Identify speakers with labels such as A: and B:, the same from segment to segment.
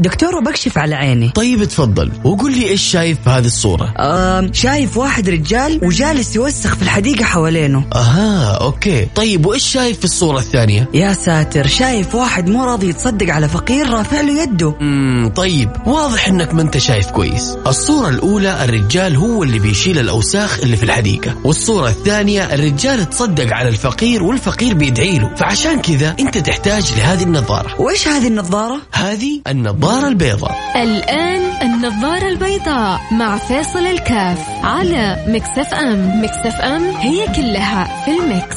A: دكتور وبكشف على عيني.
B: طيب تفضل وقول لي إيش شايف في هذه الصورة؟
A: شايف واحد رجال وجالس يوسخ في الحديقة حوالينه.
B: أوكي. طيب وإيش شايف في الصورة الثانية؟
A: يا ساتر، شايف واحد مو راضي يتصدق على فقير رافع له يده.
B: طيب واضح إنك ما أنت شايف كويس. الصورة الأولى الرجال هو اللي بيشيل الأوساخ اللي في الحديقة، والصورة الثانية الرجال تصدق على الفقير والفقير بيدعي له، فعشان كذا أنت تحتاج لهذه النظارة.
A: وإيش هذه النظارة؟
B: هذه النظارة البيضاء.
C: الآن النظارة البيضاء مع فيصل الكاف على ميكس اف ام. ميكس اف ام هي كلها في الميكس.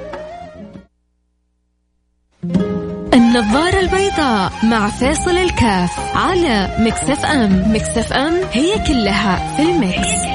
C: النظارة البيضاء مع فيصل الكاف على ميكس اف ام. ميكس اف ام هي كلها في الميكس.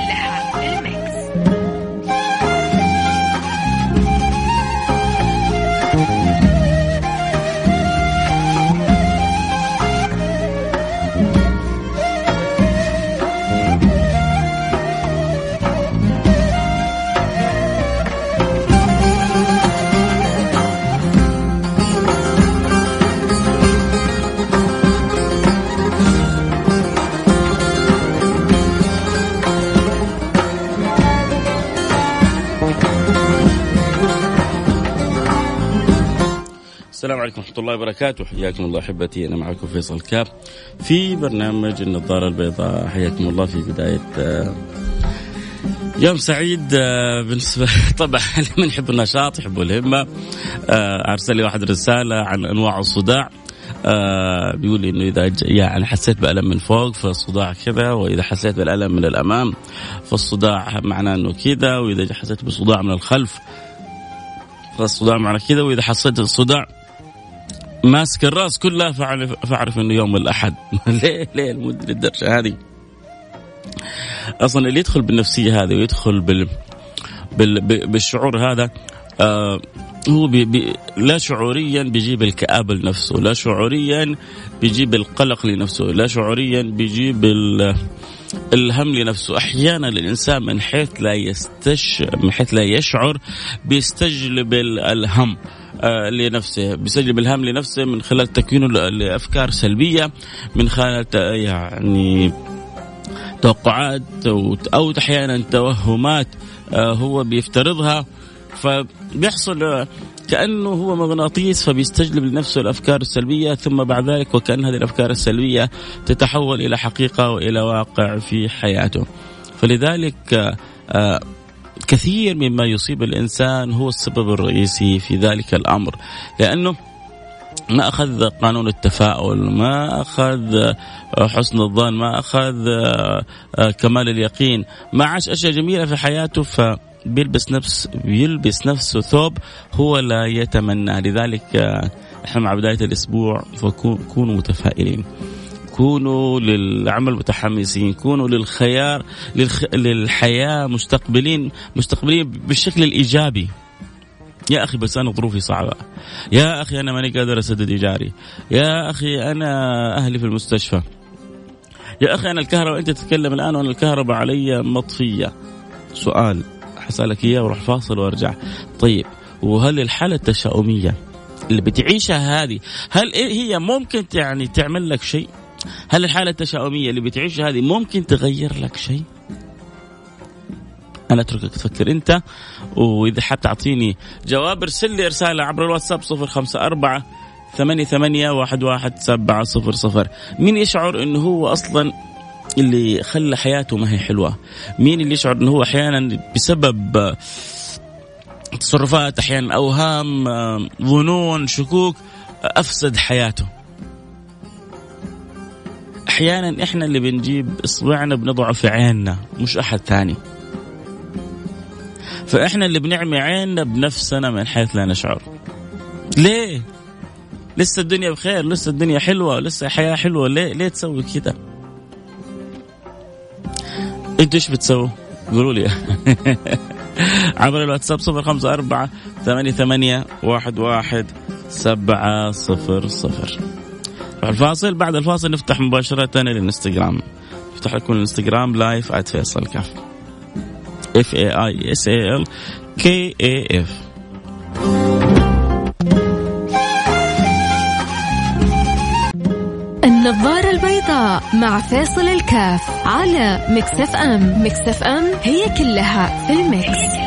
D: السلام عليكم ورحمة الله وبركاته. حياكم الله أحبتي، أنا معكم فيصل كاف في برنامج النظارة البيضاء. حياكم الله في بداية يوم سعيد بالنسبة طبعا من يحب النشاط يحب الهمة. أرسل لي واحد رسالة عن أنواع الصداع، بيقول إنه إذا يعني حسيت بألم من فوق فالصداع كذا، وإذا حسيت بالألم من الأمام فالصداع معناه إنه كذا، وإذا حسيت بصداع من الخلف فالصداع معناه كذا، وإذا حسيت الصداع ماسك الراس كلها فاعرف انه يوم الأحد. ليه للدرجة هذه؟ اصلا اللي يدخل بالنفسية هذه ويدخل بالشعور هذا هو لا شعوريا بيجيب الكآبة لنفسه، لا شعوريا بيجيب القلق لنفسه، لا شعوريا بيجيب الهم لنفسه. أحيانا الإنسان من حيث لا يشعر بيستجلب الهم لنفسه، بيستجلب الهم لنفسه من خلال تكوينه لأفكار سلبية، من خلال يعني توقعات أو أحيانا توهمات هو بيفترضها، فبيحصل كأنه هو مغناطيس فبيستجلب لنفسه الأفكار السلبية، ثم بعد ذلك وكأن هذه الأفكار السلبية تتحول إلى حقيقة وإلى واقع في حياته. فلذلك كثير مما يصيب الإنسان هو السبب الرئيسي في ذلك الأمر، لأنه ما أخذ قانون التفاؤل، ما أخذ حسن الظن، ما أخذ كمال اليقين، ما عاش أشياء جميلة في حياته، بيلبس نفسه ثوب هو لا يتمنى. لذلك احنا مع بداية الأسبوع فكونوا متفائلين، كونوا للعمل متحمسين، كونوا للخيار للحياة مستقبلين بالشكل الإيجابي. يا أخي بس أنا ظروفي صعبة، يا أخي أنا ماني قادر أسدد إيجاري، يا أخي أنا أهلي في المستشفى، يا أخي أنا الكهرباء، أنت تتكلم الآن وأنا الكهرباء علي مطفية. سؤال حسألك إياه وروح فاصل وارجع. طيب وهل الحالة التشاؤمية اللي بتعيشها هذه هل هي ممكن يعني تعمل لك شيء؟ هل الحالة التشاؤمية اللي بتعيشها هذه ممكن تغير لك شيء؟ أنا أتركك تفكر أنت، وإذا حاب تعطيني جواب ارسل لي رسالة عبر الواتساب 0548811700. مين يشعر إنه هو أصلا اللي خلى حياته ما هي حلوة؟ مين اللي يشعر إنه هو أحيانا بسبب تصرفات، أحيانا أوهام، ظنون، شكوك أفسد حياته؟ أحيانا إحنا اللي بنجيب إصبعنا بنضعه في عيننا مش أحد ثاني، فإحنا اللي بنعمي عيننا بنفسنا من حيث لا نشعر. ليه؟ لسه الدنيا بخير، لسه الدنيا حلوة، لسه حياة حلوة، ليه تسوي كده؟ انتوا ايش بتسووا؟ قولوا لي عبر الواتساب 0548811700. الفاصل، بعد الفاصل نفتح مباشرة الانستغرام، نفتح لكم الانستغرام لايف @فيصل كاف FAISALKAF.
C: النظارة البيضاء مع فاصل الكاف على مكسف أم. مكسف أم هي كلها في المكس.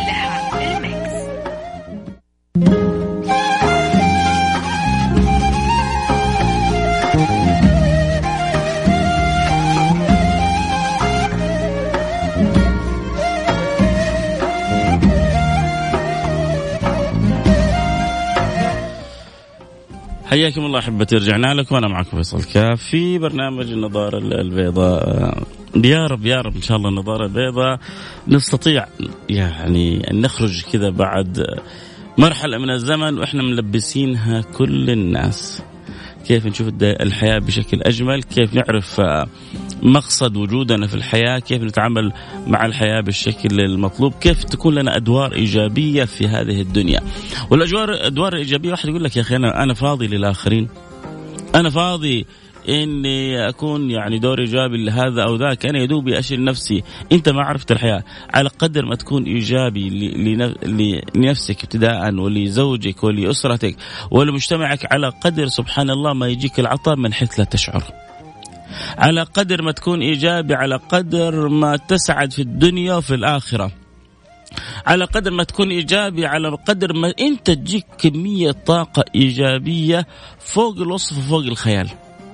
D: حياكم الله أحبتي، رجعنا لكم وأنا معكم فيصل كاف في برنامج النظارة البيضاء. يا رب يا رب إن شاء الله النظارة البيضاء نستطيع يعني أن نخرج كذا بعد مرحلة من الزمن وإحنا ملبسينها كل الناس. كيف نشوف الحياة بشكل أجمل، كيف نعرف مقصد وجودنا في الحياة، كيف نتعامل مع الحياة بالشكل المطلوب، كيف تكون لنا أدوار إيجابية في هذه الدنيا. والأدوار الإيجابية واحد يقول لك يا أخي أنا فاضي للآخرين، أنا فاضي إني أكون يعني دور إيجابي لهذا أو ذاك، أنا يدوبي أشيل نفسي. أنت ما عرفت الحياة. على قدر ما تكون إيجابي لنفسك ابتداء ولزوجك ولأسرتك ولمجتمعك، على قدر سبحان الله ما يجيك العطاء من حيث لا تشعر. على قدر ما تكون إيجابي على قدر ما تسعد في الدنيا وفي الآخرة. على قدر ما تكون إيجابي على قدر ما أنت تجيك كمية طاقة إيجابية فوق الوصف وفوق الخيال.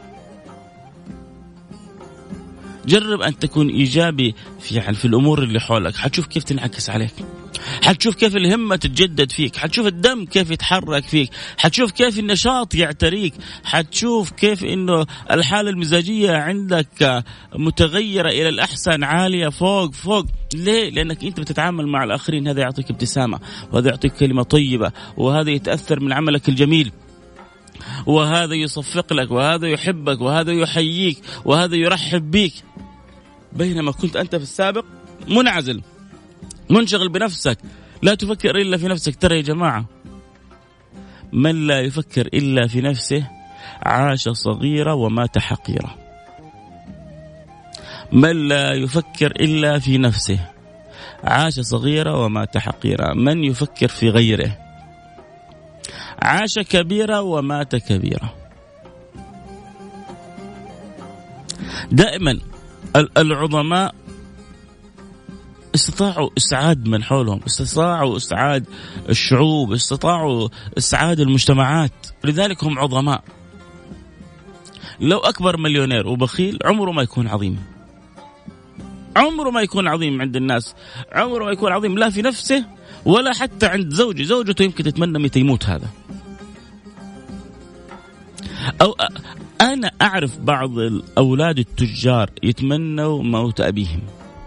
D: جرب أن تكون إيجابي في الأمور اللي حولك، حتشوف كيف تنعكس عليك، حتشوف كيف الهمة تتجدد فيك، حتشوف الدم كيف يتحرك فيك، حتشوف كيف النشاط يعتريك، حتشوف كيف إنه الحالة المزاجية عندك متغيرة إلى الأحسن، عالية فوق. ليه؟ لأنك أنت بتتعامل مع الآخرين، هذا يعطيك ابتسامة، وهذا يعطيك كلمة طيبة، وهذا يتأثر من عملك الجميل، وهذا يصفق لك، وهذا يحبك، وهذا يحييك، وهذا يرحب بيك. بينما كنت أنت في السابق منعزل منشغل بنفسك، لا تفكر إلا في نفسك. ترى يا جماعة من لا يفكر إلا في نفسه عاش صغيرة ومات حقيرة. من لا يفكر إلا في نفسه عاش صغيرة ومات حقيرة. من يفكر في غيره عاش كبيرة ومات كبيرة. دائما العظماء استطاعوا إسعاد من حولهم، استطاعوا إسعاد الشعوب، استطاعوا إسعاد المجتمعات، لذلك هم عظماء. لو أكبر مليونير وبخيل عمره ما يكون عظيم، عمره ما يكون عظيم عند الناس، عمره ما يكون عظيم لا في نفسه ولا حتى عند زوجته يمكن تتمنى متى يموت هذا. أو أنا أعرف بعض الأولاد التجار يتمنوا موت أبيهم.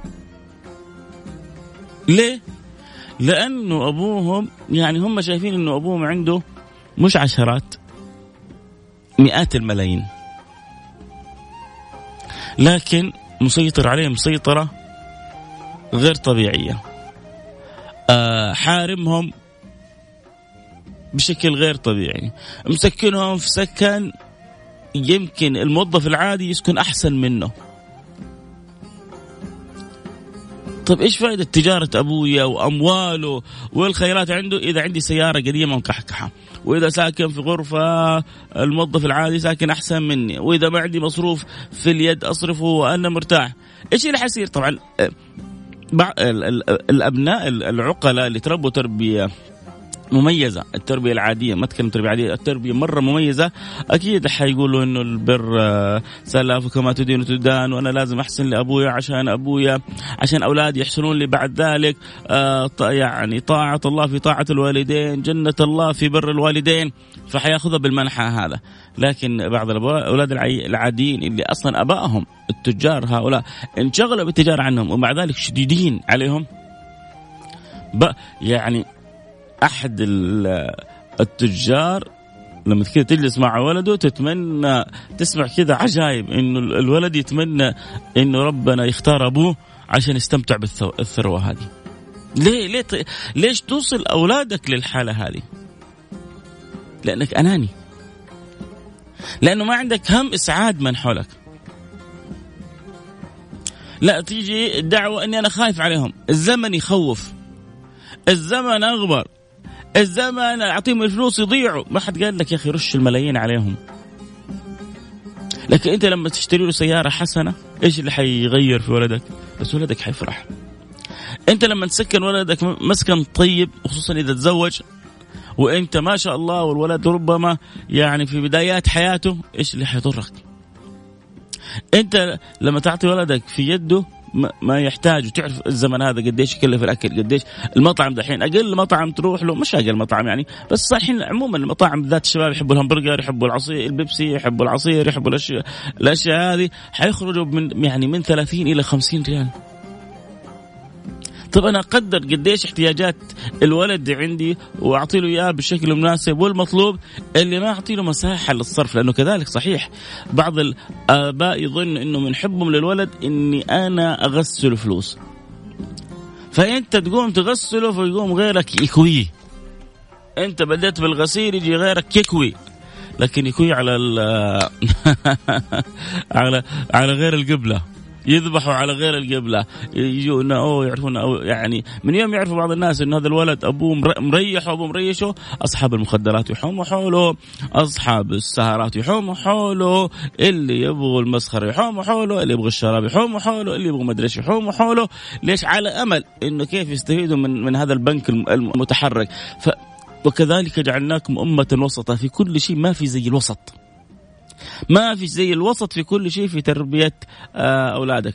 D: ليه؟ لأنه أبوهم يعني هم شايفين أنه أبوهم عنده مش عشرات مئات الملايين، لكن مسيطر عليهم سيطرة غير طبيعية، حارمهم بشكل غير طبيعي، مسكنهم في سكن يمكن الموظف العادي يسكن أحسن منه. طيب إيش فائدة تجارة أبويا وأمواله والخيرات عنده إذا عندي سيارة قديمة مكحكحة، وإذا ساكن في غرفة الموظف العادي ساكن أحسن مني، وإذا ما عندي مصروف في اليد أصرفه وأنا مرتاح؟ إيش اللي حيصير؟ طبعا الأبناء العقلاء اللي تربوا تربية مميزة، التربية العادية، ما أتكلم تربية عادية، التربية مرة مميزة، أكيد حيقولوا إنه البر سلف كما تدين تدان، وأنا لازم أحسن لأبويا عشان أولادي يحسنون لي بعد ذلك. يعني طاعة الله في طاعة الوالدين، جنة الله في بر الوالدين، فحياخذها بالمنحى هذا. لكن بعض الأولاد العاديين اللي أصلا أبائهم التجار هؤلاء انشغلوا بالتجارة عنهم ومع ذلك شديدين عليهم. يعني أحد التجار لما كده تجلس مع ولده تتمنى تسمع كده عجائب، إنه الولد يتمنى إنه ربنا يختار أبوه عشان يستمتع بالثروة هذه. ليش توصل أولادك للحالة هذه؟ لأنك أناني، لأنه ما عندك هم إسعاد من حولك. لا تيجي الدعوة أني أنا خايف عليهم، الزمن يخوف، الزمن أغبر، الزمن أعطيهم الفلوس يضيعوا. ما حد قال لك يا أخي رش الملايين عليهم، لكن أنت لما تشتري له سيارة حسنة إيش اللي حيغير في ولدك؟ بس ولدك حيفرح. أنت لما تسكن ولدك مسكن طيب، وخصوصا إذا تزوج وأنت ما شاء الله، والولد ربما يعني في بدايات حياته، إيش اللي حيضرك؟ أنت لما تعطي ولدك في يده ما يحتاج، وتعرف الزمن هذا قديش يكلف الأكل، قديش المطعم دحين أقل مطعم تروح له، مش أقل مطعم يعني، بس صالحين عموما المطاعم ذات الشباب يحبوا الهمبرجر، يحبوا العصير البيبسي، يحبوا العصير، يحبوا الأشياء هذه، حيخرجوا من 30 إلى 50 ريال. طب أنا أقدر قديش احتياجات الولد عندي وأعطي له إياه بالشكل المناسب والمطلوب، اللي ما أعطي له مساحة للصرف. لأنه كذلك صحيح بعض الآباء يظن إنه من حبهم للولد إني أنا أغسله فلوس، فأنت تقوم تغسله فيقوم غيرك يكويه. أنت بدأت بالغسيل يجي غيرك يكوي، لكن يكوي على على غير القبلة، يذبحوا على غير القبلة، يجونا أو يعرفون، أو يعني من يوم يعرفوا بعض الناس إنه هذا الولد أبوه مريح وأبوه مريشه، أصحاب المخدرات يحوموا حوله، أصحاب السهرات يحوموا حوله، اللي يبغوا المسخرة يحوموا حوله، اللي يبغوا الشراب يحوموا حوله، اللي يبغوا مدرسة يحوموا حوله. ليش؟ على أمل إنه كيف يستفيدوا من هذا البنك المتحرك. وكذلك جعلناكم أمة وسطا في كل شيء، ما في زي الوسط، ما في زي الوسط في كل شيء في تربية أولادك.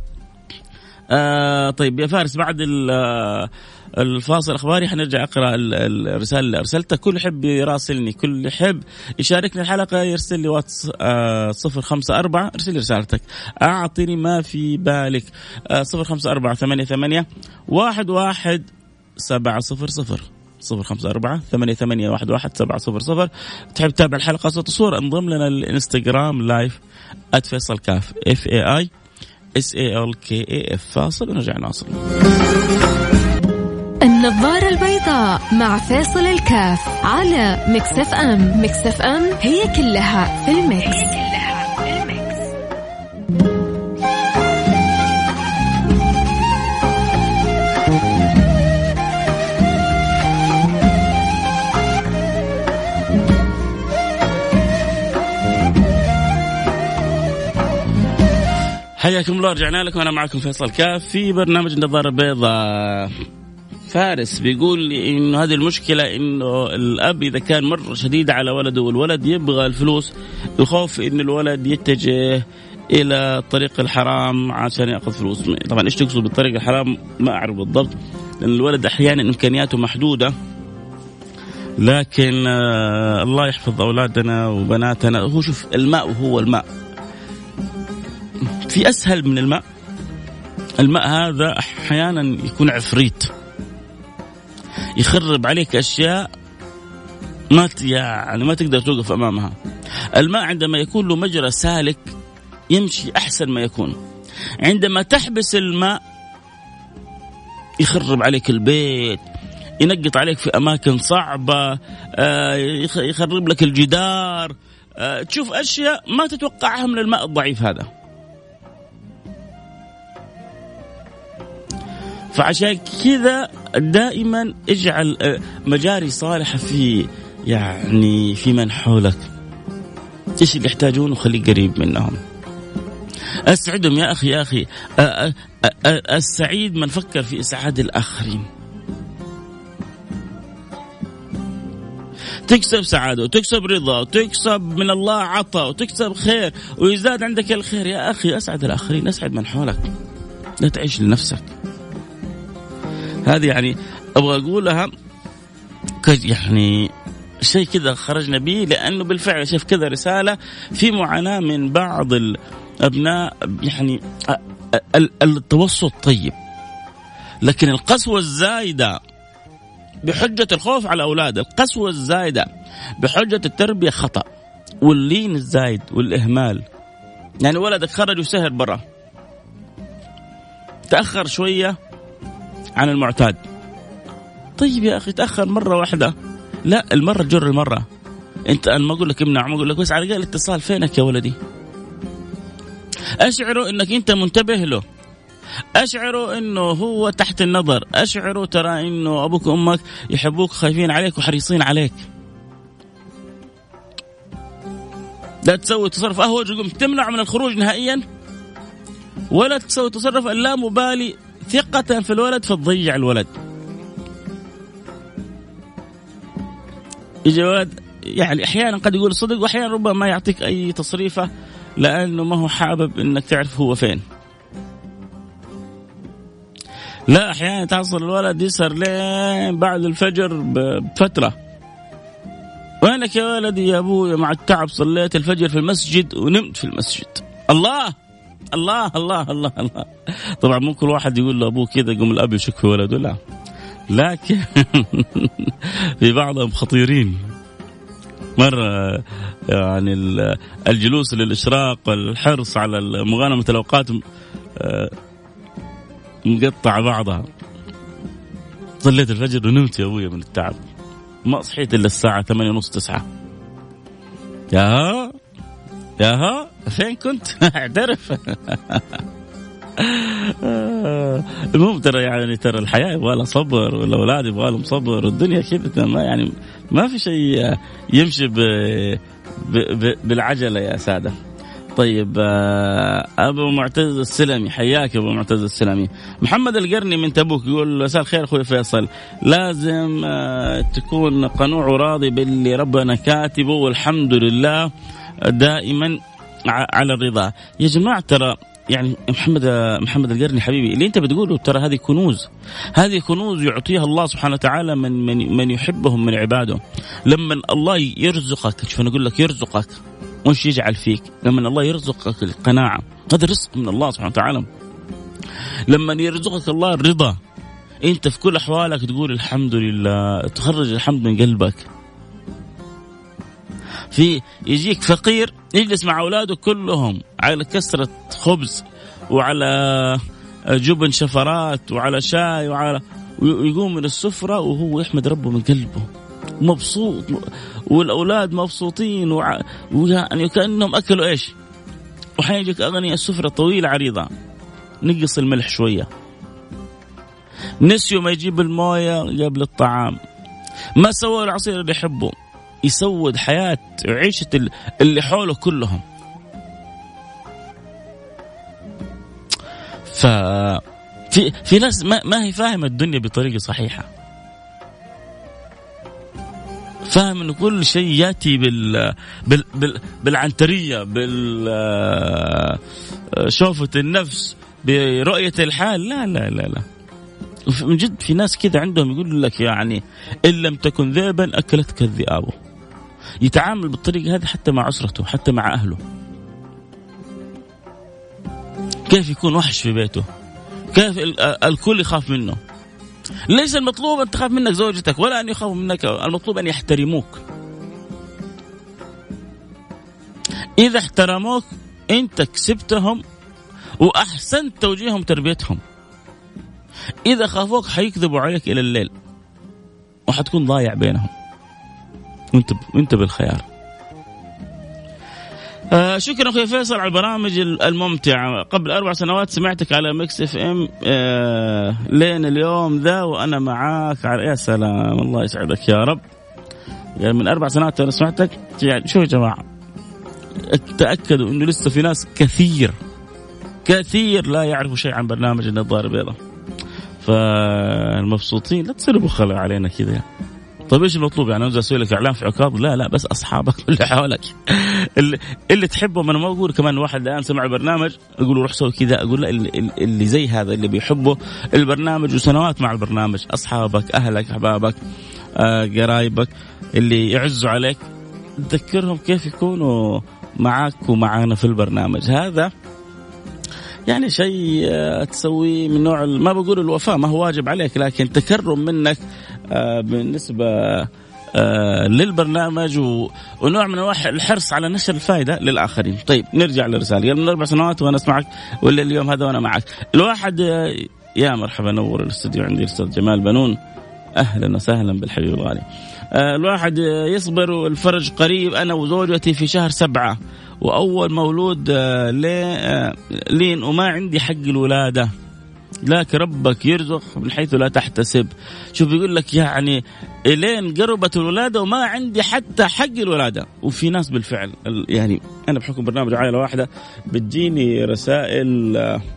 D: طيب يا فارس، بعد الفاصل الأخباري حنرجع أقرأ الرسالة اللي أرسلتها. كل حب يراسلني، كل حب يشاركني الحلقة يرسل لي واتس 054، ارسل لي رسالتك، أعطيني ما في بالك. 05488 11700 054-88-11700. تحب تتابع الحلقة صوت وصورة، انضم لنا الانستغرام لايف @فيصلكاف FAISALKAF. فاصل ونرجع نواصل.
C: النظارة البيضاء مع فيصل الكاف على مكسف أم. مكسف أم هي كلها في المكس.
D: حياكم الله، رجعنا لكم. أنا معكم فيصل كاف في برنامج النظارة البيضاء. فارس بيقول لي إنه هذه المشكلة، إنه الأب إذا كان مرة شديد على ولده والولد يبغى الفلوس، يخاف إن الولد يتجه إلى طريق الحرام عشان يأخذ فلوس. طبعا إيش تقصد بالطريق الحرام ما أعرف بالضبط، لأن الولد أحيانا إمكانياته محدودة، لكن الله يحفظ أولادنا وبناتنا. هو شوف، الماء وهو الماء، في أسهل من الماء. الماء هذا أحيانا يكون عفريت يخرب عليك أشياء ما تقدر توقف أمامها. الماء عندما يكون له مجرى سالك يمشي أحسن ما يكون. عندما تحبس الماء يخرب عليك البيت، ينقط عليك في أماكن صعبة، يخرب لك الجدار، تشوف أشياء ما تتوقعها من الماء الضعيف هذا. فعشان كذا دائما اجعل مجاري صالحة في من حولك. ايش اللي يحتاجونه خليك قريب منهم، اسعدهم يا أخي. السعيد من فكر في إسعاد الآخرين. تكسب سعادة وتكسب رضا وتكسب من الله عطاء وتكسب خير ويزداد عندك الخير. يا أخي أسعد الآخرين، أسعد من حولك، لا تعيش لنفسك. هذه يعني أبغى أقولها يعني شيء كذا خرجنا به، لأنه بالفعل شايف كذا رسالة في معاناة من بعض الأبناء. يعني التوسط طيب، لكن القسوة الزايدة بحجة الخوف على أولاد، القسوة الزايدة بحجة التربية خطأ، واللين الزايد والإهمال. يعني ولدك خرج وسهر برا، تأخر شوية عن المعتاد، طيب يا أخي تأخر مرة واحدة، لا المرة جر المرة. أنت أنا ما أقول لك امنع، ما أقول لك بس على الأقل اتصال. فينك يا ولدي؟ أشعره أنك أنت منتبه له، أشعره أنه هو تحت النظر، أشعره ترى أنه أبوك وأمك يحبوك، خايفين عليك وحريصين عليك. لا تسوي تصرف أهوج يقوم تمنع من الخروج نهائيا، ولا تسوي تصرف اللامبالي ثقة في الولد فتضيع الولد. يجي ولد يعني أحيانا قد يقول الصدق، وأحيانا ربما ما يعطيك أي تصريفة لأنه ما هو حابب إنك تعرف هو فين. لا أحيانا تحصل الولد يسهر لين بعد الفجر بفترة. وينك يا ولدي يا أبوي؟ مع التعب صليت الفجر في المسجد ونمت في المسجد. الله الله الله الله الله. طبعا مو كل واحد يقول له أبوه كذا يقوم الأب يشك في ولده، لا، لكن في بعضهم خطيرين. مرة يعني الجلوس للإشراق والحرص على مغانمة الأوقات مقطع بعضها. صليت الفجر ونمت يا أبويا من التعب، ما صحيت إلا الساعة 8:30 9. ياها فين كنت؟ اعترف. المهم ترى الحياة يبغى لها صبر، والأولاد يبغى لهم صبر، والدنيا كذا ما في شيء يمشي بالعجلة يا سادة. طيب أبو معتز السلمي، حياك أبو معتز السلمي. محمد القرني من تبوك يقول مساء الخير أخوي فيصل، لازم تكون قنوع وراضي باللي ربنا كاتبه، والحمد لله دائما على الرضا. يا جماعة ترى يعني محمد القرني حبيبي، اللي انت بتقوله ترى هذه كنوز يعطيها الله سبحانه وتعالى من يحبهم من عباده. لما الله يرزقك، شوف انا اقول لك يرزقك مش يجعل فيك، لما الله يرزقك القناعة هذا رزق من الله سبحانه وتعالى. لما يرزقك الله الرضا انت في كل احوالك تقول الحمد لله، تخرج الحمد من قلبك. في يجيك فقير يجلس مع أولاده كلهم على كسرة خبز وعلى جبن شفرات وعلى شاي ويقوم من السفرة وهو يحمد ربه من قلبه مبسوط، والأولاد مبسوطين ويعني كأنهم أكلوا إيش. وحيجيك أغني السفرة طويلة عريضة، نقص الملح شوية، نسيوا ما يجيب الموية قبل الطعام، ما سووا العصير اللي يحبه، يسود حياة وعيشة اللي حوله كلهم. في ناس ما هي فاهمة الدنيا بطريقة صحيحة، فاهم إنه كل شيء يأتي بالعنترية، بالشوفة النفس، برؤية الحال. لا لا لا لا، من جد في ناس كده عندهم يقول لك يعني إن لم تكن ذئبا أكلتك الذئاب. يتعامل بالطريقة هذه حتى مع أسرته، حتى مع أهله. كيف يكون وحش في بيته، كيف الكل يخاف منه. ليس المطلوب أن تخاف منك زوجتك ولا أن يخافوا منك، المطلوب أن يحترموك. إذا احترموك أنت كسبتهم وأحسنت توجيههم تربيتهم. إذا خافوك حيكذبوا عليك إلى الليل وحتكون ضايع بينهم وانت بالخيار. شكرا أخي فيصل على البرامج الممتعة. قبل 4 سنوات سمعتك على ميكس اف ام لين اليوم ذا وأنا معاك على يا سلام، الله يسعدك يا رب. يعني من 4 سنوات أنا سمعتك. يعني شو يا جماعة، تأكدوا إنه لسه في ناس كثير لا يعرفوا شيء عن برنامج النظارة البيضاء. فالمبسوطين لا تصيروا بخلوا علينا كذا. طيب ايش المطلوب؟ يعني أنا اسوي لك اعلان في عكاظ؟ لا بس اصحابك اللي حولك اللي تحبهم. انا ما اقول كمان واحد الان سمع البرنامج اقول له روح سوي كذا، اقول لا، اللي زي هذا اللي بيحبوا البرنامج وسنوات مع البرنامج، اصحابك، اهلك، احبابك، قرايبك اللي يعزوا عليك، تذكرهم كيف يكونوا معك ومعانا في البرنامج. هذا يعني شيء تسويه من نوع ما بقول الوفاء، ما هو واجب عليك، لكن تكرم منك بالنسبة للبرنامج ونوع من الحرص على نشر الفائدة للآخرين. طيب نرجع للرسالة. يلا من 4 سنوات وأنا أسمعك، ولا اليوم هذا وأنا معك. الواحد يا مرحبا، نور الاستوديو عندي الأستاذ جمال بنون، أهلا وسهلا بالحبيب الغالي. الواحد يصبر والفرج قريب. أنا وزوجتي في شهر 7 وأول مولود لين وما عندي حق الولادة، لكن ربك يرزق من حيث لا تحتسب. شوف يقول لك يعني إلين قربت الولادة وما عندي حتى حق الولادة. وفي ناس بالفعل يعني أنا بحكم برنامج عائلة واحدة بتجيني رسائل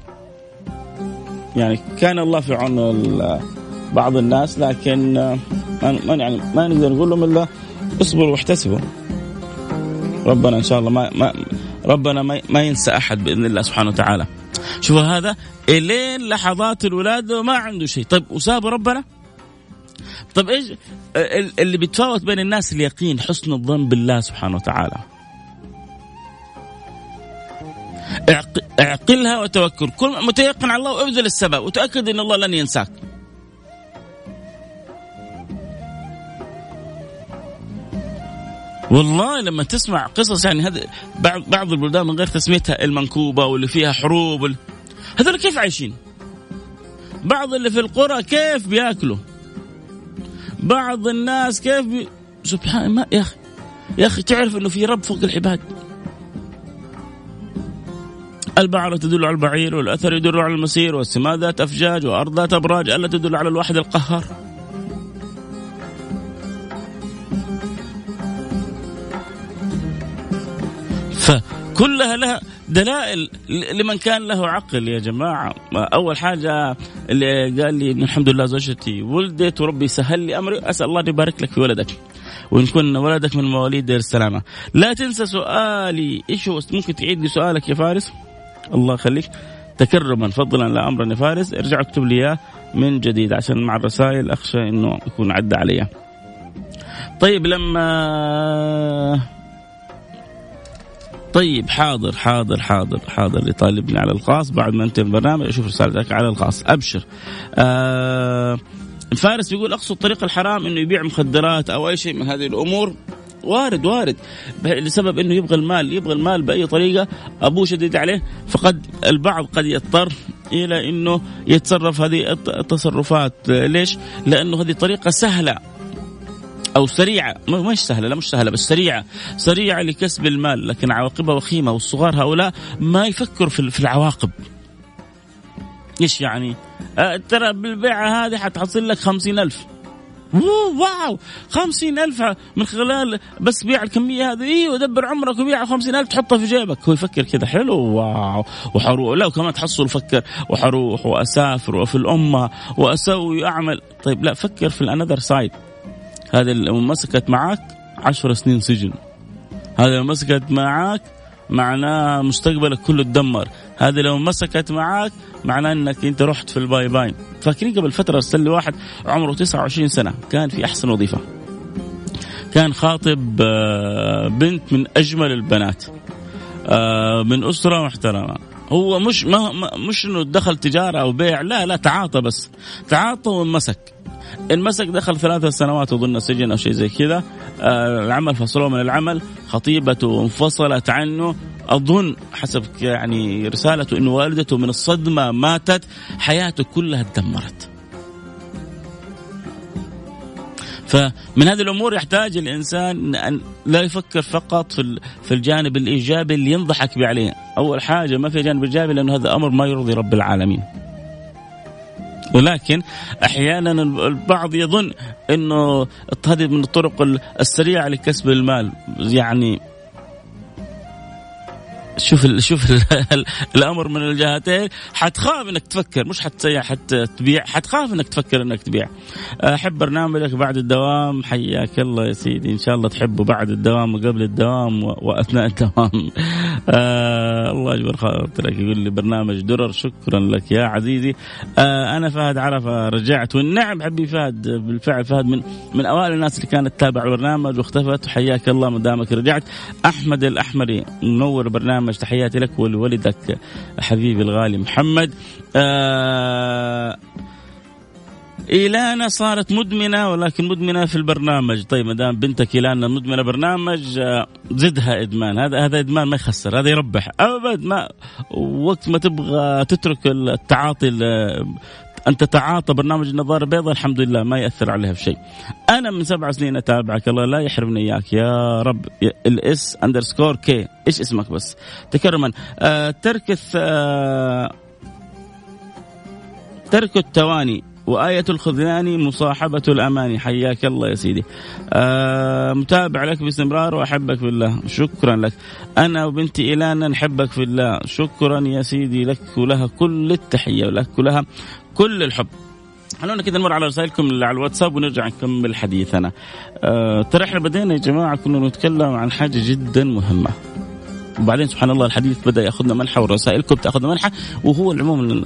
D: يعني كان الله في عون بعض الناس، لكن ما نقدر نقول لهم إلا اصبروا واحتسبوا. ربنا إن شاء الله ربنا ما ينسى أحد بإذن الله سبحانه وتعالى. شوفوا هذا إلين لحظات الولادة وما عنده شيء. طيب وساب ربنا؟ طب إيش اللي بيتفاوت بين الناس؟ اليقين، حسن الظن بالله سبحانه وتعالى. اعقلها وتوكل، كل متيقن على الله وابذل السبب وتأكد إن الله لن ينساك. والله لما تسمع قصص يعني هذا بعض البلدان من غير تسميتها المنكوبة واللي فيها حروب هذول كيف عايشين؟ بعض اللي في القرى كيف بياكلوا؟ بعض الناس كيف سبحان الله. يا أخي تعرف إنه في رب فوق العباد. البعرة تدل على البعير، والأثر يدل على المسير، والسماء ذات أفجاج، وأرض ذات أبراج، ألا تدل على الواحد القهار. فكلها لها دلائل لمن كان له عقل يا جماعة. أول حاجة اللي قال لي إن الحمد لله زوجتي ولدت وربي سهل لي أمري، أسأل الله يبارك لك في ولدك وإن كن ولدك من مواليد دير السلامة. لا تنسى سؤالي. إيش هو؟ ممكن تعيد لي سؤالك يا فارس؟ الله يخليك تكرما فضلا لا أمرا يا فارس. ارجع اكتب لي إياه من جديد عشان مع الرسائل أخشى إنه يكون عدى عليها. طيب طيب حاضر يطالبني على الخاص بعد ما انتهي البرنامج اشوف رسالتك على الخاص. ابشر. فارس بيقول اقصد طريق الحرام انه يبيع مخدرات او اي شيء من هذه الامور. وارد لسبب انه يبغى المال باي طريقه. ابوه شديد عليه، فقد البعض قد يضطر الى انه يتصرف هذه التصرفات. ليش؟ لانه هذه طريقه سهله أو سريعة، مش سهلة بس سريعة لكسب المال، لكن عواقبها وخيمة. والصغار هؤلاء ما يفكروا في العواقب. إيش يعني؟ ترى بالبيعة هذه حتحصل لك 50,000. واو 50,000 من خلال بس بيع الكمية هذه ودبر عمرك وبيع 50,000 تحطها في جيبك. هو يفكر كذا حلو واو وحروح. لا وكمان تحصل فكر وحروح وأسافر وفي الأمة وأسوي أعمل. طيب لا، فكر في الأنذر سايد. هذا لو مسكت معك 10 سنين سجن. هذا لو مسكت معك معناه مستقبلك كله تدمر. هذا لو مسكت معك معناه انك انت رحت في الباي باي. فاكرين قبل فترة ارسل لي واحد عمره 29 سنة كان في احسن وظيفة، كان خاطب بنت من اجمل البنات من اسرة محترمة. هو مش انه دخل تجارة او بيع، لا تعاطى، بس تعاطى وانمسك دخل 3 سنوات أظن سجن أو شيء زي كذا. العمل فصلوه من العمل، خطيبته انفصلت عنه، أظن حسب يعني رسالته إنه والدته من الصدمة ماتت، حياته كلها تدمرت. فمن هذه الأمور يحتاج الإنسان أن لا يفكر فقط في الجانب الإيجابي اللي ينضحك به عليه. أول حاجة ما في جانب إيجابي لأنه هذا أمر ما يرضي رب العالمين. ولكن أحيانا البعض يظن أنه هذه من الطرق السريعة لكسب المال. يعني شوف الأمر من الجهتين. حتخاف أنك تفكر، مش حتسيح حتى تبيع، حتخاف أنك تفكر أنك تبيع. أحب برنامجك بعد الدوام، حياك الله يا سيدي. إن شاء الله تحبه بعد الدوام وقبل الدوام وأثناء الدوام. الله يجبر خاطرك. يقول لي برنامج درر، شكرا لك يا عزيزي. أنا فهد عرفة رجعت، والنعم حبي فهد، بالفعل فهد من أوائل الناس اللي كانت تتابع البرنامج واختفت، وحياك الله مدامك رجعت. أحمد الأحمري منور برنامج، تحياتي لك ولولدك حبيبي الغالي محمد. إيلانا صارت مدمنة، ولكن مدمنة في البرنامج. طيب مدام بنتك إيلانا مدمنة برنامج، زدها إدمان. هذا إدمان ما يخسر، هذا يربح أبد. ما وقت ما تبغى تترك التعاطي أن تتعاطى برنامج النظارة البيضاء، الحمد لله ما يأثر عليها بشيء. أنا من 7 سنين أتابعك، الله لا يحرمني إياك يا رب. الS_K إيش اسمك بس تكرما. تركث ترك التواني، وآية الخذلان مصاحبة الأماني. حياك الله يا سيدي. متابع لك باستمرار وأحبك في الله. شكرا لك. أنا وبنتي إيلانا نحبك في الله. شكرا يا سيدي لك ولها كل التحية ولك ولها كل الحب. خلونا كده نمر على رسائلكم على الواتساب ونرجع نكمل حديثنا. ترى احنا بدينا يا جماعة كنا نتكلم عن حاجة جدا مهمة، وبعدين سبحان الله الحديث بدأ يأخذنا منحة والرسائلكم تأخذنا منحة. وهو العموم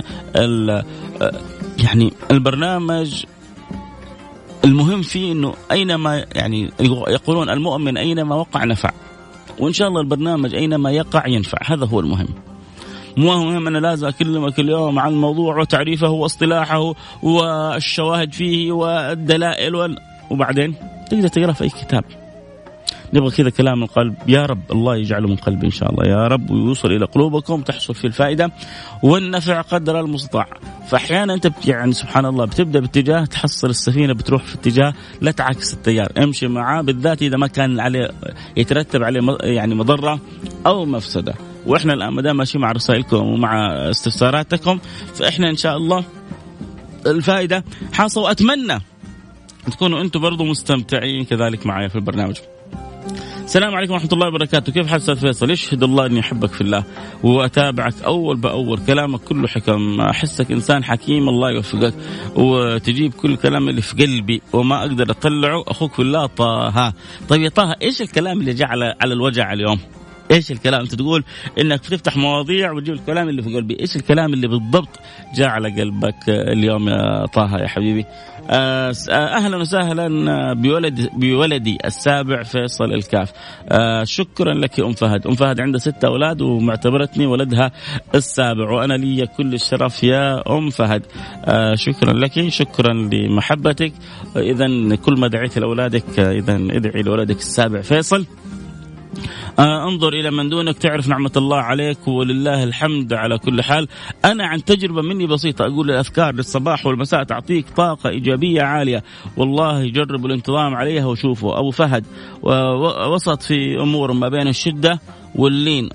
D: يعني البرنامج المهم فيه انه اينما يعني يقولون المؤمن اينما وقع نفع، وان شاء الله البرنامج اينما يقع ينفع. هذا هو المهم. مو مهم أنا لازم أكلمك اليوم عن الموضوع وتعريفه واصطلاحه والشواهد فيه والدلائل وبعدين تقدر تقرأ في أي كتاب. نبغى كذا كلام من القلب. يا رب الله يجعله من قلبي إن شاء الله يا رب، ويوصل إلى قلوبكم تحصل في الفائدة والنفع قدر المستطاع. فأحيانا أنت يعني سبحان الله بتبدأ باتجاه تحصل السفينة بتروح في اتجاه، لا تعكس التيار، امشي معاه بالذات إذا ما كان عليه يترتب عليه يعني مضرة أو مفسدة. وإحنا الآن مدام ماشي مع رسائلكم ومع استفساراتكم، فإحنا إن شاء الله الفائدة حاصل، وأتمنى تكونوا أنتم برضو مستمتعين كذلك معايا في البرنامج. السلام عليكم ورحمة الله وبركاته. كيف حال أستاذ فيصل؟ يشهد الله إني أحبك في الله وأتابعك أول بأول، كلامك كله حكم، أحسك إنسان حكيم، الله يوفقك وتجيب كل كلام اللي في قلبي وما أقدر أطلعه. أخوك في الله طه. طيب يا طه، إيش الكلام اللي جاء على الوجع اليوم؟ إيش الكلام؟ أنت تقول إنك بتفتح مواضيع وتجيب الكلام اللي في قلبي، إيش الكلام اللي بالضبط جاء على قلبك اليوم يا طه يا حبيبي؟ أهلا وسهلا بولدي السابع فيصل الكاف. شكرا لك أم فهد. أم فهد عندها 6 أولاد ومعتبرتني ولدها السابع، وأنا لي كل الشرف يا أم فهد. شكرا لك، شكرا لمحبتك. إذن كل ما دعيت لأولادك إذن ادعي لولدك السابع فيصل. انظر إلى من دونك تعرف نعمة الله عليك، ولله الحمد على كل حال. أنا عن تجربة مني بسيطة أقول الأذكار للصباح والمساء تعطيك طاقة إيجابية عالية، والله جربوا الانتظام عليها وشوفوا. أبو فهد وسط في أمور ما بين الشدة واللين،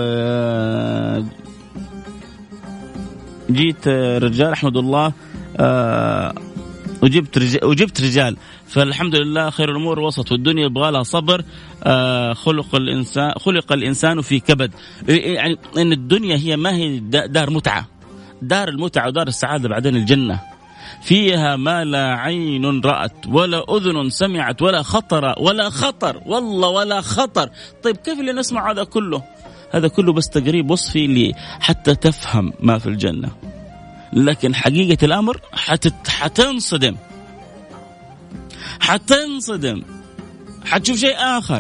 D: جيت رجال أحمد الله وجبت رجال، فالحمد لله خير الأمور وسط، والدنيا يبغى لها صبر. خلق الإنسان في كبد. يعني إن الدنيا هي ما هي دار متعة، دار المتعة ودار السعادة بعدين الجنة، فيها ما لا عين رأت ولا أذن سمعت ولا خطر والله ولا خطر. طيب كيف اللي نسمع هذا كله؟ هذا كله بس تقريب وصفي لي حتى تفهم ما في الجنة، لكن حقيقة الأمر حتنصدم، حتشوف شيء آخر.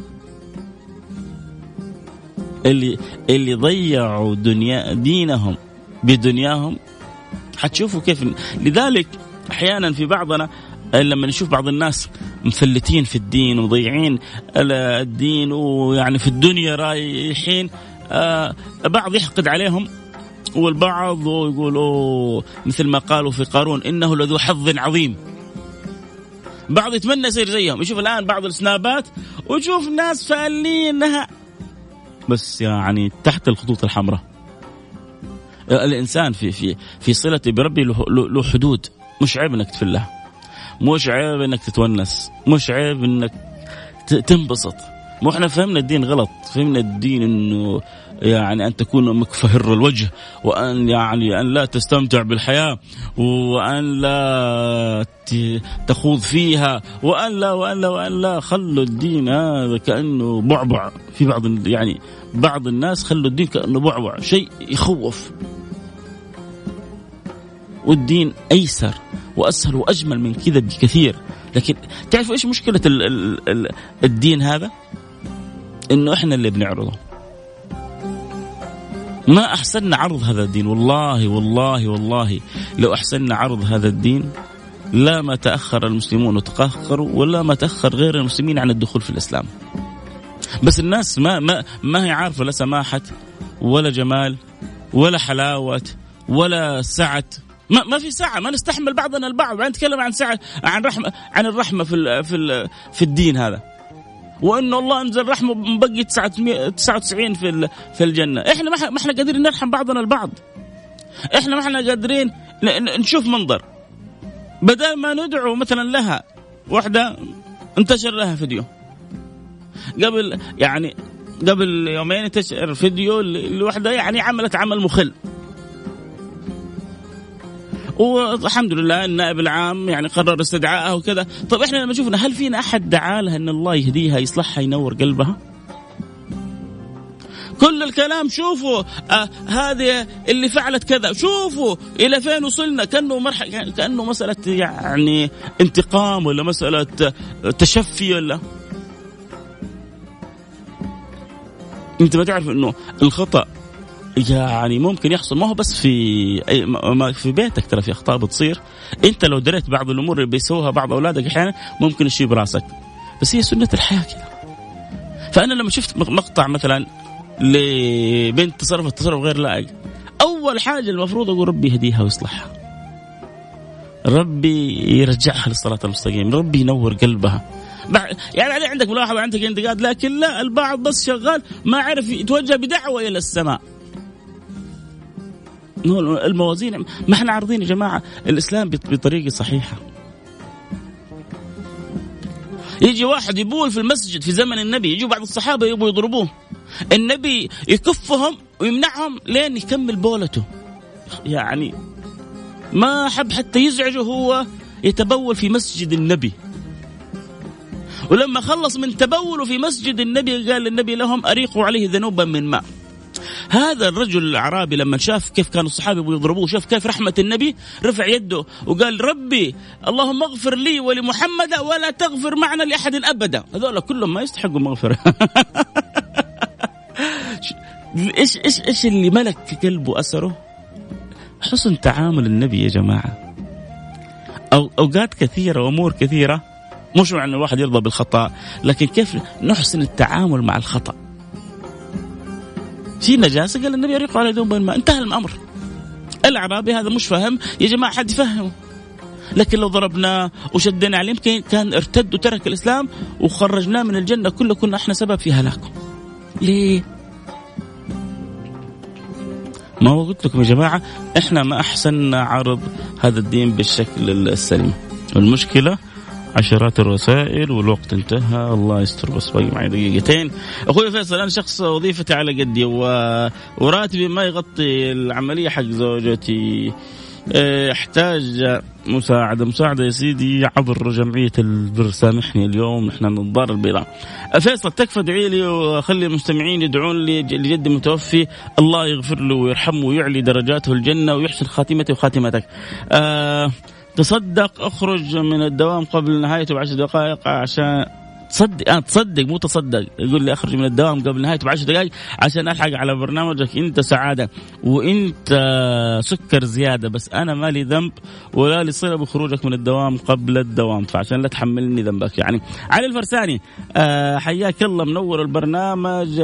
D: اللي ضيعوا دينهم بدنياهم حتشوفوا كيف. لذلك أحيانا في بعضنا لما نشوف بعض الناس مفلتين في الدين ومضيعين الدين ويعني في الدنيا رايحين، بعض يحقد عليهم، والبعض يقولوا مثل ما قالوا في قارون إنه لذو حظ عظيم. بعض يتمنى يصير زيهم، يشوف الآن بعض السنابات ويشوف ناس فالينها، بس يعني تحت الخطوط الحمراء. الإنسان في صلته بربي له حدود. مش عيب إنك تفلها، مش عيب إنك تتونس، مش عيب إنك تنبسط. مو إحنا فهمنا الدين غلط، فهمنا الدين إنه يعني أن تكون مكفهر الوجه، وأن يعني أن لا تستمتع بالحياة، وأن لا تخوض فيها، وأن لا خلوا الدين هذا كأنه بعبع. في بعض الناس خلوا الدين كأنه بعبع، شيء يخوف. والدين أيسر وأسهل وأجمل من كذا بكثير. لكن تعرفوا إيش مشكلة الدين هذا؟ إنه إحنا اللي بنعرضه. ما أحسننا عرض هذا الدين، والله والله والله لو أحسننا عرض هذا الدين لا ما تأخر المسلمون وتقهقروا، ولا ما تأخر غير المسلمين عن الدخول في الإسلام. بس الناس ما هي عارفة لا سماحة ولا جمال ولا حلاوة ولا سعة. ما في سعة، ما نستحمل بعضنا البعض. نتكلم عن سعة، عن الرحمة في الدين هذا، وأن الله أنزل رحمة بقي 99 في الجنة. إحنا ما إحنا قادرين نرحم بعضنا البعض. إحنا ما إحنا قادرين نشوف منظر، بدل ما ندعو مثلا لها واحدة انتشر لها فيديو قبل يومين انتشر فيديو لوحدة يعني عملت عمل مخل، والحمد لله النائب العام يعني قرر استدعائها وكذا. طب احنا لما شفنا هل فينا احد دعا لها ان الله يهديها يصلحها ينور قلبها؟ كل الكلام شوفوا هذه اللي فعلت كذا، شوفوا الى فين وصلنا، كأنه مسألة يعني انتقام ولا مسألة تشفي ولا. انت ما تعرف انه الخطأ يعني ممكن يحصل، ما هو بس في بيتك، ترى في أخطاء بتصير. أنت لو دريت بعض الأمور اللي بيسووها بعض أولادك أحيانا ممكن يشي براسك، بس هي سنة الحياة كده. فأنا لما شفت مقطع مثلا لبنت تصرفت تصرف غير لائق، أول حاجة المفروض أقول ربي يهديها ويصلحها، ربي يرجعها للصراط المستقيم، ربي ينور قلبها. يعني عندك ملاحظة، عندك انتقاد، لكن لا، البعض بس شغال ما عرف يتوجه بدعوة إلى السماء. الموازين ما احنا عارضين يا جماعة الإسلام بطريقة صحيحة. يجي واحد يبول في المسجد في زمن النبي، يجوا بعض الصحابة يبوا يضربوه، النبي يكفهم ويمنعهم لين يكمل بولته. يعني ما حب حتى يزعجه هو يتبول في مسجد النبي. ولما خلص من تبوله في مسجد النبي قال النبي لهم أريقوا عليه ذنوبا من ماء. هذا الرجل الأعرابي لما شاف كيف كانوا الصحابة يضربوه، شاف كيف رحمة النبي، رفع يده وقال ربي اللهم اغفر لي ولمحمد ولا تغفر معنا لأحد أبدا. هذول كلهم ما يستحقوا مغفرة. إيش اللي ملك قلبه أثره؟ حسن تعامل النبي يا جماعة. أوقات كثيرة وأمور كثيرة مش معنى الواحد يرضى بالخطأ، لكن كيف نحسن التعامل مع الخطأ. في نجاسة قال النبي يريق على ذنوب الماء، انتهى الأمر. الأعرابي هذا مش فهم يا جماعة، حد يفهمه. لكن لو ضربناه وشدنا عليه يمكن كان ارتد وترك الإسلام وخرجناه من الجنة كله، كنا احنا سبب في هلاكه. ليه؟ ما هو قلت لكم يا جماعة احنا ما أحسننا عرض هذا الدين بالشكل السليم. والمشكلة عشرات الرسائل والوقت انتهى، الله يستر. بس باقي معي دقيقتين. أخوي فيصل، أنا شخص وظيفتي على قدي وراتبي ما يغطي العملية حق زوجتي، احتاج مساعدة يا سيدي عبر جمعية البر. سامحني اليوم نحن النظارة البيضاء. فيصل تكفى ادعي لي وخلي المستمعين يدعون لي لجد متوفي، الله يغفر له ويرحمه ويعلي درجاته الجنة ويحسن خاتمته وخاتمتك. تصدق، اخرج من الدوام قبل نهايته ب10 دقائق عشان تصدق مو تصدق، يقول لي اخرج من الدوام قبل نهايته ب10 دقائق عشان الحق على برنامجك. انت سعاده وانت سكر زياده، بس انا ما لي ذنب ولا لي صله بخروجك من الدوام قبل الدوام، فعشان لا تحملني ذنبك. يعني علي الفرساني، حياك الله، منور البرنامج.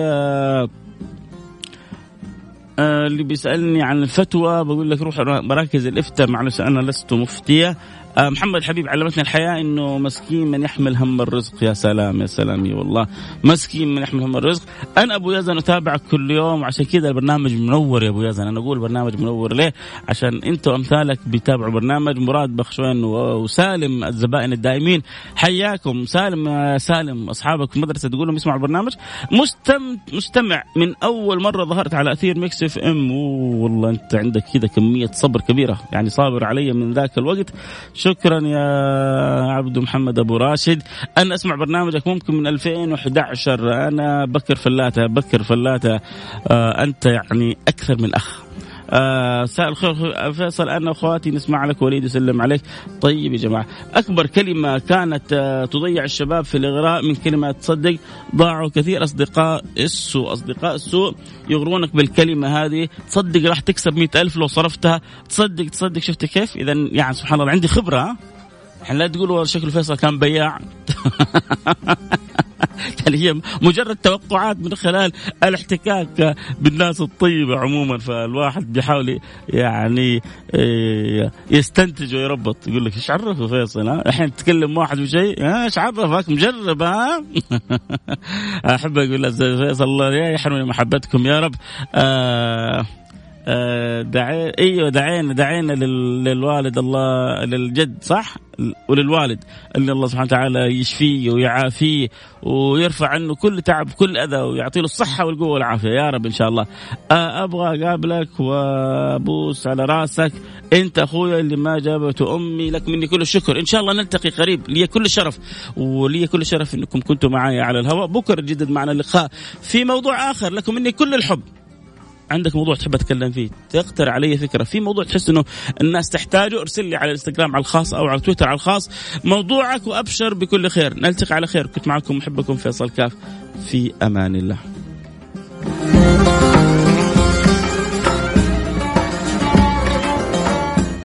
D: اللي بيسألني عن الفتوى بقول لك روح مراكز الإفتاء، معلش أنا لست مفتية. محمد حبيب علمتنا الحياة إنه مسكين من يحمل هم الرزق. يا سلام يا سلام، والله مسكين من يحمل هم الرزق. أنا أبو يزن أتابعك كل يوم، عشان كذا البرنامج منور يا أبو يزن. أنا أقول برنامج منور ليه؟ عشان أنت وأمثالك بيتابعوا برنامج. مراد بخشوين وسالم الزبائن الدائمين، حياكم. سالم أصحابك في المدرسة تقول لهم يسمعوا البرنامج. مستمع من أول مرة ظهرت على أثير ميكس اف ام. والله أنت عندك كذا كمية صبر كبيرة، يعني صابر علي من ذاك الوقت. شكرا يا عبد محمد أبو راشد. أنا أسمع برنامجك ممكن من 2011. أنا بكر فلاتة. أنت يعني أكثر من أخ. سائل خير فيصل، أنا أخواتي نسمع لك، وليد يسلم عليك. طيب يا جماعة، أكبر كلمة كانت تضيع الشباب في الإغراء من كلمة تصدق. ضاعوا كثير أصدقاء السوء يغرونك بالكلمة هذه. تصدق راح تكسب 100,000 لو صرفتها. تصدق شفت كيف؟ إذا يعني سبحان الله عندي خبرة. يعني لا تقولوا شكل فيصل كان بياع. يعني هي مجرد توقعات من خلال الاحتكاك بالناس الطيبة عموما. فالواحد بيحاول يعني يستنتج ويربط. يقول لك ايش عرفه فيصل؟ الحين تتكلم واحد بشيء، ايش عرفك؟ مجرب؟ احب اقول له فيصل الله يحرمني محبتكم يا رب. دعينا للوالد الله للجد صح وللوالد اللي الله سبحانه وتعالى يشفيه ويعافيه ويرفع عنه كل تعب كل أذى ويعطيه الصحة والقوة والعافية يا رب إن شاء الله. أبغى أقابلك وأبوس على راسك أنت أخويا اللي ما جابته أمي، لك مني كل الشكر. إن شاء الله نلتقي قريب، لي كل الشرف ولي كل الشرف أنكم كنتوا معي على الهواء. بكرة جدد معنا اللقاء في موضوع آخر، لكم مني كل الحب. عندك موضوع تحب أتكلم فيه، تقترح علي فكرة في موضوع تحس إنه الناس تحتاجه، ارسل لي على الانستغرام على الخاص أو على تويتر على الخاص موضوعك، وأبشر بكل خير. نلتقي على خير. كنت معكم محبكم فيصل كاف، في أمان الله.